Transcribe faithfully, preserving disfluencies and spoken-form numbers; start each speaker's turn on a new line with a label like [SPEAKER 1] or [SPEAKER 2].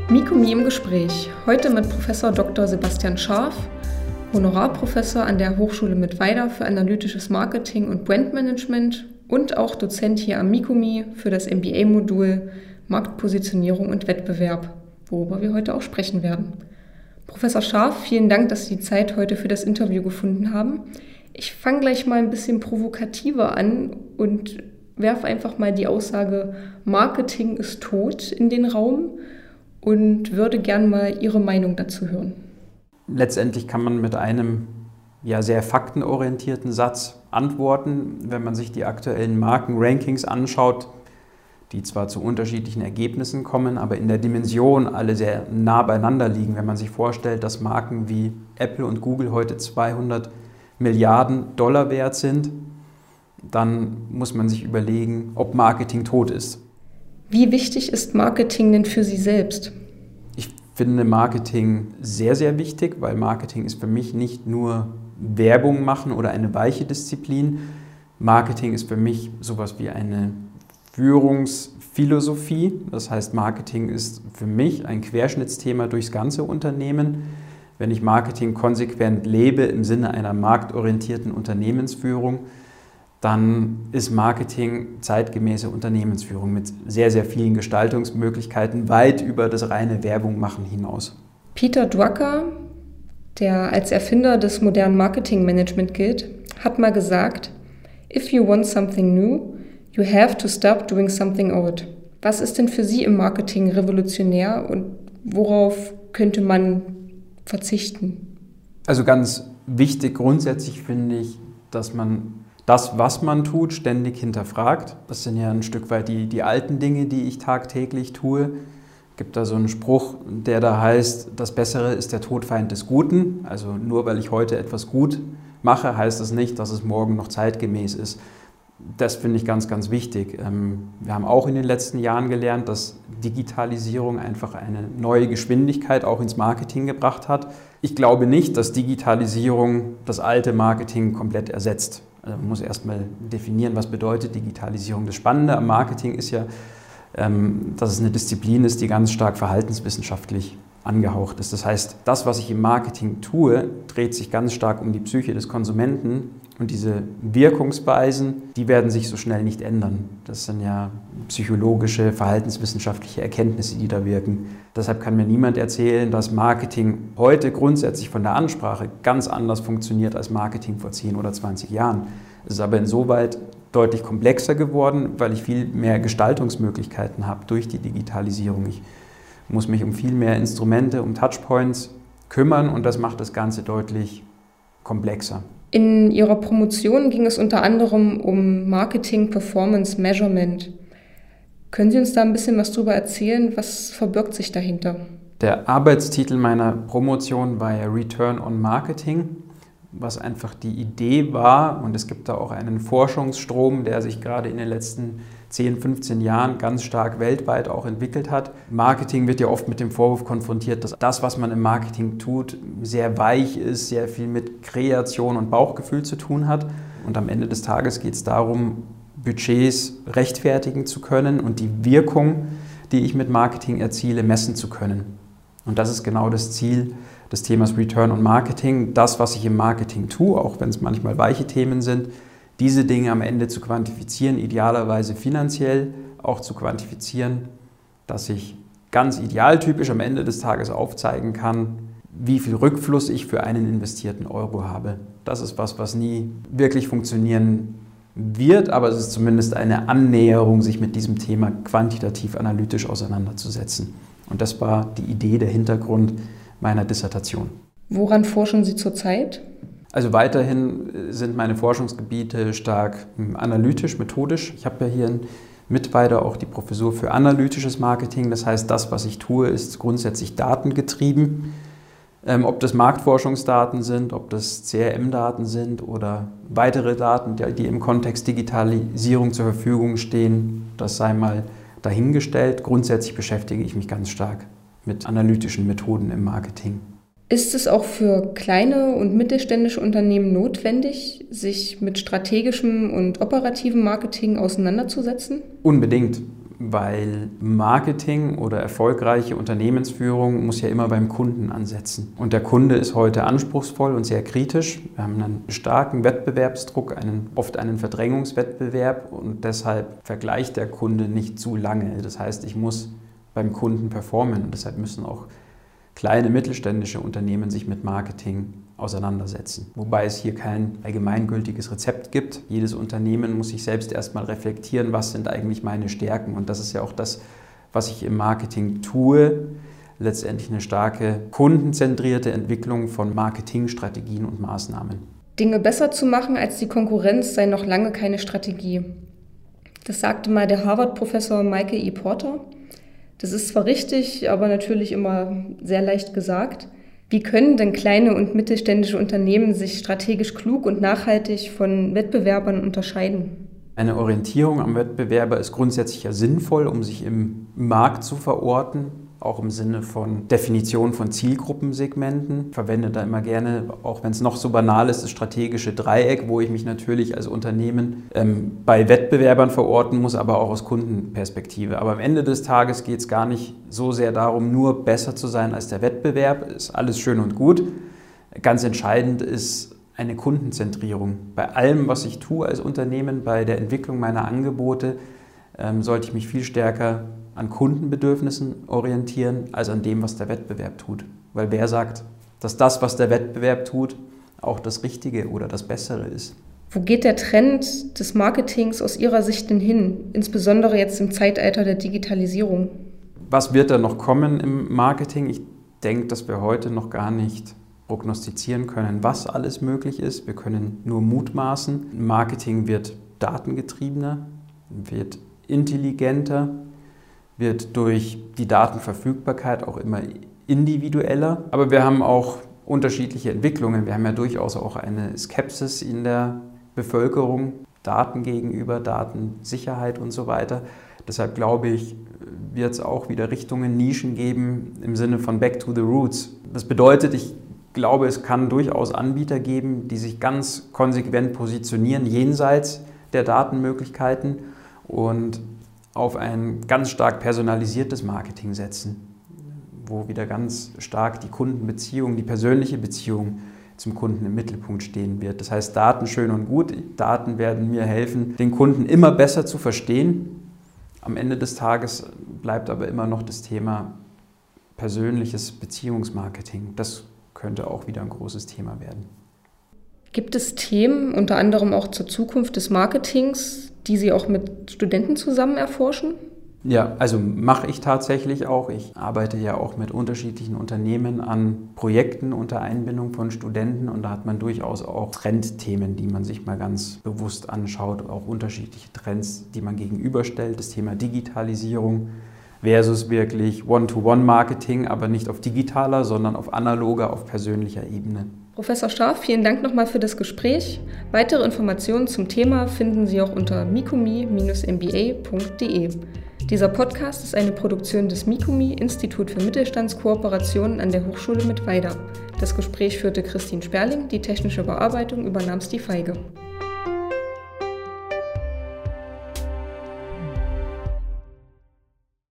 [SPEAKER 1] MiCoMi im Gespräch. Heute mit Professor Doktor Sebastian Scharf, Honorarprofessor an der Hochschule Mittweida für analytisches Marketing und Brandmanagement und auch Dozent hier am MiCoMi für das M B A-Modul Marktpositionierung und Wettbewerb, worüber wir heute auch sprechen werden. Professor Scharf, vielen Dank, dass Sie die Zeit heute für das Interview gefunden haben. Ich fange gleich mal ein bisschen provokativer an und werfe einfach mal die Aussage, Marketing ist tot in den Raum und würde gern mal Ihre Meinung dazu hören.
[SPEAKER 2] Letztendlich kann man mit einem ja, sehr faktenorientierten Satz antworten. Wenn man sich die aktuellen Markenrankings anschaut, die zwar zu unterschiedlichen Ergebnissen kommen, aber in der Dimension alle sehr nah beieinander liegen. Wenn man sich vorstellt, dass Marken wie Apple und Google heute zweihundert Milliarden Dollar wert sind, dann muss man sich überlegen, ob Marketing tot ist.
[SPEAKER 1] Wie wichtig ist Marketing denn für Sie selbst?
[SPEAKER 2] Ich finde Marketing sehr, sehr wichtig, weil Marketing ist für mich nicht nur Werbung machen oder eine weiche Disziplin. Marketing ist für mich sowas wie eine Führungsphilosophie. Das heißt, Marketing ist für mich ein Querschnittsthema durchs ganze Unternehmen. Wenn ich Marketing konsequent lebe im Sinne einer marktorientierten Unternehmensführung, dann ist Marketing zeitgemäße Unternehmensführung mit sehr, sehr vielen Gestaltungsmöglichkeiten weit über das reine Werbung machen hinaus.
[SPEAKER 1] Peter Drucker, der als Erfinder des modernen Marketingmanagement gilt, hat mal gesagt, "If you want something new, you have to stop doing something old." Was ist denn für Sie im Marketing revolutionär und worauf könnte man verzichten?
[SPEAKER 2] Also ganz wichtig grundsätzlich finde ich, dass man das, was man tut, ständig hinterfragt. Das sind ja ein Stück weit die, die alten Dinge, die ich tagtäglich tue. Es gibt da so einen Spruch, der da heißt, das Bessere ist der Todfeind des Guten. Also nur weil ich heute etwas gut mache, heißt das nicht, dass es morgen noch zeitgemäß ist. Das finde ich ganz, ganz wichtig. Wir haben auch in den letzten Jahren gelernt, dass Digitalisierung einfach eine neue Geschwindigkeit auch ins Marketing gebracht hat. Ich glaube nicht, dass Digitalisierung das alte Marketing komplett ersetzt. Also man muss erstmal definieren, was bedeutet Digitalisierung. Das Spannende am Marketing ist ja, dass es eine Disziplin ist, die ganz stark verhaltenswissenschaftlich angehaucht ist. Das heißt, das, was ich im Marketing tue, dreht sich ganz stark um die Psyche des Konsumenten. Und diese Wirkungsweisen, die werden sich so schnell nicht ändern. Das sind ja psychologische, verhaltenswissenschaftliche Erkenntnisse, die da wirken. Deshalb kann mir niemand erzählen, dass Marketing heute grundsätzlich von der Ansprache ganz anders funktioniert als Marketing vor zehn oder zwanzig Jahren. Es ist aber insoweit deutlich komplexer geworden, weil ich viel mehr Gestaltungsmöglichkeiten habe durch die Digitalisierung. Ich muss mich um viel mehr Instrumente, um Touchpoints kümmern und das macht das Ganze deutlich komplexer.
[SPEAKER 1] In Ihrer Promotion ging es unter anderem um Marketing Performance Measurement. Können Sie uns da ein bisschen was drüber erzählen? Was verbirgt sich dahinter?
[SPEAKER 2] Der Arbeitstitel meiner Promotion war ja Return on Marketing, was einfach die Idee war, und es gibt da auch einen Forschungsstrom, der sich gerade in den letzten zehn, fünfzehn Jahren ganz stark weltweit auch entwickelt hat. Marketing wird ja oft mit dem Vorwurf konfrontiert, dass das, was man im Marketing tut, sehr weich ist, sehr viel mit Kreation und Bauchgefühl zu tun hat. Und am Ende des Tages geht es darum, Budgets rechtfertigen zu können und die Wirkung, die ich mit Marketing erziele, messen zu können. Und das ist genau das Ziel des Themas Return on Marketing. Das, was ich im Marketing tue, auch wenn es manchmal weiche Themen sind, diese Dinge am Ende zu quantifizieren, idealerweise finanziell auch zu quantifizieren, dass ich ganz idealtypisch am Ende des Tages aufzeigen kann, wie viel Rückfluss ich für einen investierten Euro habe. Das ist was, was nie wirklich funktionieren wird, aber es ist zumindest eine Annäherung, sich mit diesem Thema quantitativ analytisch auseinanderzusetzen. Und das war die Idee, der Hintergrund meiner Dissertation.
[SPEAKER 1] Woran forschen Sie zurzeit?
[SPEAKER 2] Also weiterhin sind meine Forschungsgebiete stark analytisch, methodisch. Ich habe ja hier in Mittweida auch die Professur für analytisches Marketing. Das heißt, das, was ich tue, ist grundsätzlich datengetrieben. Ähm, ob das Marktforschungsdaten sind, ob das C R M-Daten sind oder weitere Daten, die, die im Kontext Digitalisierung zur Verfügung stehen, das sei mal dahingestellt. Grundsätzlich beschäftige ich mich ganz stark mit analytischen Methoden im Marketing.
[SPEAKER 1] Ist es auch für kleine und mittelständische Unternehmen notwendig, sich mit strategischem und operativem Marketing auseinanderzusetzen?
[SPEAKER 2] Unbedingt. weil Marketing oder erfolgreiche Unternehmensführung muss ja immer beim Kunden ansetzen. Und der Kunde ist heute anspruchsvoll und sehr kritisch. Wir haben einen starken Wettbewerbsdruck, einen, oft einen Verdrängungswettbewerb und deshalb vergleicht der Kunde nicht zu lange. Das heißt, ich muss beim Kunden performen und deshalb müssen auch kleine mittelständische Unternehmen sich mit Marketing auseinandersetzen. Wobei es hier kein allgemeingültiges Rezept gibt. Jedes Unternehmen muss sich selbst erstmal reflektieren, was sind eigentlich meine Stärken. Und das ist ja auch das, was ich im Marketing tue. Letztendlich eine starke kundenzentrierte Entwicklung von Marketingstrategien und Maßnahmen.
[SPEAKER 1] Dinge besser zu machen als die Konkurrenz sei noch lange keine Strategie. Das sagte mal der Harvard-Professor Michael E. Porter. Das ist zwar richtig, aber natürlich immer sehr leicht gesagt. Wie können denn kleine und mittelständische Unternehmen sich strategisch klug und nachhaltig von Wettbewerbern unterscheiden?
[SPEAKER 2] Eine Orientierung am Wettbewerber ist grundsätzlich ja sinnvoll, um sich im Markt zu verorten, auch im Sinne von Definition von Zielgruppensegmenten. Ich verwende da immer gerne, auch wenn es noch so banal ist, das strategische Dreieck, wo ich mich natürlich als Unternehmen ähm, bei Wettbewerbern verorten muss, aber auch aus Kundenperspektive. Aber am Ende des Tages geht es gar nicht so sehr darum, nur besser zu sein als der Wettbewerb. Ist alles schön und gut. Ganz entscheidend ist eine Kundenzentrierung. Bei allem, was ich tue als Unternehmen, bei der Entwicklung meiner Angebote, ähm, sollte ich mich viel stärker an Kundenbedürfnissen orientieren, als an dem, was der Wettbewerb tut. Weil wer sagt, dass das, was der Wettbewerb tut, auch das Richtige oder das Bessere ist?
[SPEAKER 1] Wo geht der Trend des Marketings aus Ihrer Sicht denn hin, insbesondere jetzt im Zeitalter der Digitalisierung?
[SPEAKER 2] Was wird da noch kommen im Marketing? Ich denke, dass wir heute noch gar nicht prognostizieren können, was alles möglich ist. Wir können nur mutmaßen. Marketing wird datengetriebener, wird intelligenter, wird durch die Datenverfügbarkeit auch immer individueller. Aber wir haben auch unterschiedliche Entwicklungen. Wir haben ja durchaus auch eine Skepsis in der Bevölkerung, Daten gegenüber, Datensicherheit und so weiter. Deshalb glaube ich, wird es auch wieder Richtungen, Nischen geben im Sinne von Back to the Roots. Das bedeutet, ich glaube, es kann durchaus Anbieter geben, die sich ganz konsequent positionieren, jenseits der Datenmöglichkeiten und auf ein ganz stark personalisiertes Marketing setzen, wo wieder ganz stark die Kundenbeziehung, die persönliche Beziehung zum Kunden im Mittelpunkt stehen wird. Das heißt, Daten schön und gut. Daten werden mir helfen, den Kunden immer besser zu verstehen. Am Ende des Tages bleibt aber immer noch das Thema persönliches Beziehungsmarketing. Das könnte auch wieder ein großes Thema werden.
[SPEAKER 1] Gibt es Themen, unter anderem auch zur Zukunft des Marketings, die Sie auch mit Studenten zusammen erforschen?
[SPEAKER 2] Ja, also mache ich tatsächlich auch. Ich arbeite ja auch mit unterschiedlichen Unternehmen an Projekten unter Einbindung von Studenten und da hat man durchaus auch Trendthemen, die man sich mal ganz bewusst anschaut, auch unterschiedliche Trends, die man gegenüberstellt. Das Thema Digitalisierung versus wirklich One-to-One-Marketing, aber nicht auf digitaler, sondern auf analoger, auf persönlicher Ebene.
[SPEAKER 1] Professor Scharf, vielen Dank nochmal für das Gespräch. Weitere Informationen zum Thema finden Sie auch unter mikomi Bindestrich m b a punkt d e. Dieser Podcast ist eine Produktion des Mikomi, Institut für Mittelstandskooperationen an der Hochschule Mittweida. Das Gespräch führte Christine Sperling, die technische Bearbeitung übernahm Steve Feige.